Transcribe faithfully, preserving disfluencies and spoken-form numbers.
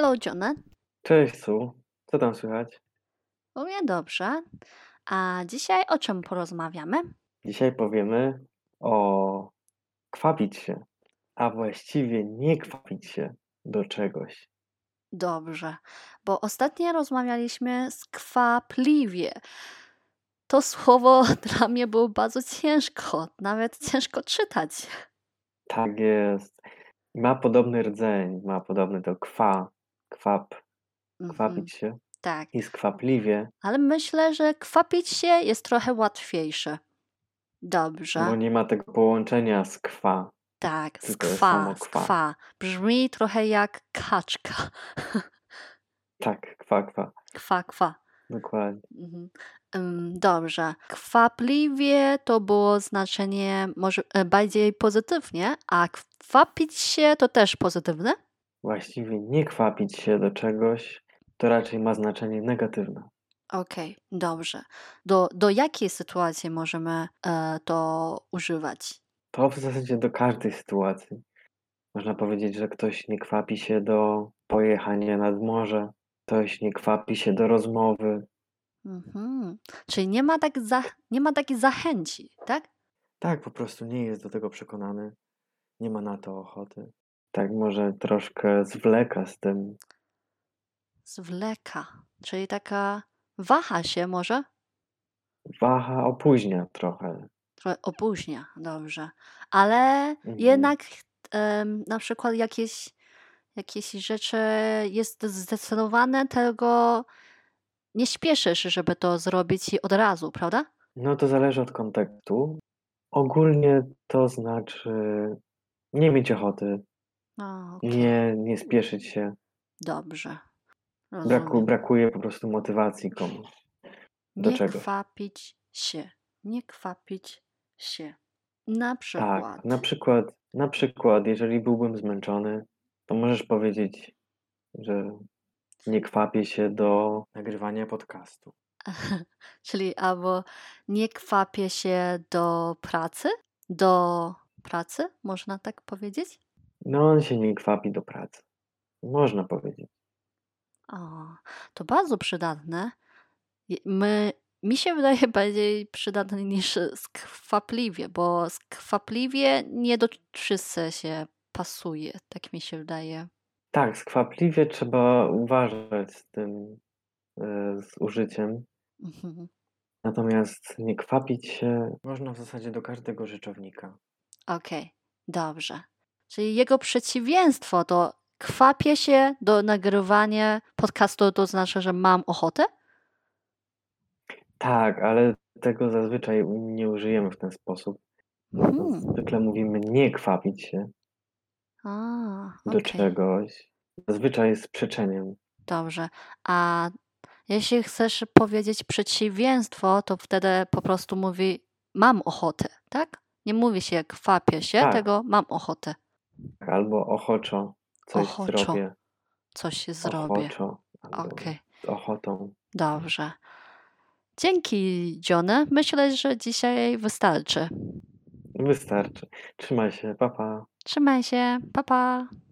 Hello, Johnny. Cześć, Su. Co tam słychać? U mnie dobrze. A dzisiaj o czym porozmawiamy? Dzisiaj powiemy o kwapić się, a właściwie nie kwapić się do czegoś. Dobrze, bo ostatnio rozmawialiśmy skwapliwie. To słowo dla mnie było bardzo ciężko, nawet ciężko czytać. Tak jest. Ma podobny rdzeń, ma podobny do kwa, kwap, Mhm, kwapić się tak, i skwapliwie, ale myślę, że kwapić się jest trochę łatwiejsze. Dobrze, bo nie ma tego połączenia z kwa, tak, tylko jest skwa, samo kwa. skwa. Brzmi trochę jak kaczka. Tak, kwa, kwa. Kwa, kwa. Dokładnie. Mhm. Ym, Dobrze. Kwapliwie to było znaczenie może e, bardziej pozytywnie, a kwapić się to też pozytywne? Właściwie nie kwapić się do czegoś, to raczej ma znaczenie negatywne. Okej, dobrze. Do, do jakiej sytuacji możemy e, to używać? To w zasadzie do każdej sytuacji. Można powiedzieć, że ktoś nie kwapi się do pojechania nad morze, ktoś nie kwapi się do rozmowy. Mhm. Czyli nie ma, tak za, nie ma takiej zachęci, tak? Tak, po prostu nie jest do tego przekonany, nie ma na to ochoty. Tak może troszkę zwleka z tym. Zwleka, czyli taka waha się może? Waha, opóźnia trochę. Trochę opóźnia, dobrze. Ale Mhm. jednak em, na przykład jakieś, jakieś rzeczy jest zdecydowane, tego nie śpieszysz, żeby to zrobić i od razu, prawda? No to zależy od kontekstu. Ogólnie to znaczy nie mieć ochoty, A, okej, nie, nie spieszyć się. dobrze, Braku, rozumiem. brakuje po prostu motywacji komuś do Nie czegoś. kwapić się, nie kwapić się. Na Tak, przykład. na przykład, na przykład, jeżeli byłbym zmęczony, to możesz powiedzieć, że nie kwapię się do nagrywania podcastu. Czyli albo nie kwapię się do pracy, do pracy, można tak powiedzieć? No, on się nie kwapi do pracy. Można powiedzieć. O, to bardzo przydatne. Je- My, mi się wydaje bardziej przydatne niż skwapliwie, bo skwapliwie nie do wszyscy się pasuje, tak mi się wydaje. Tak, skwapliwie trzeba uważać z tym, e, z użyciem. Mhm. Natomiast nie kwapić się można w zasadzie do każdego rzeczownika. Okej, dobrze. Czyli jego przeciwieństwo to kwapię się do nagrywania podcastu, to znaczy, że mam ochotę? Tak, ale tego zazwyczaj nie użyjemy w ten sposób. Hmm. Zwykle mówimy nie kwapić się A, do okej, czegoś. Zazwyczaj jest sprzeczeniem. dobrze. A jeśli chcesz powiedzieć przeciwieństwo, to wtedy po prostu mówi mam ochotę, tak? Nie mówi się kwapię się, Tak, tego mam ochotę. albo ochoczo coś Ochoczo zrobię. coś zrobię. Ochoczo albo Okej, z ochotą. dobrze. Dzięki, Johnny. Myślę, że dzisiaj wystarczy. Wystarczy. Trzymaj się, pa pa. Trzymaj się, pa pa.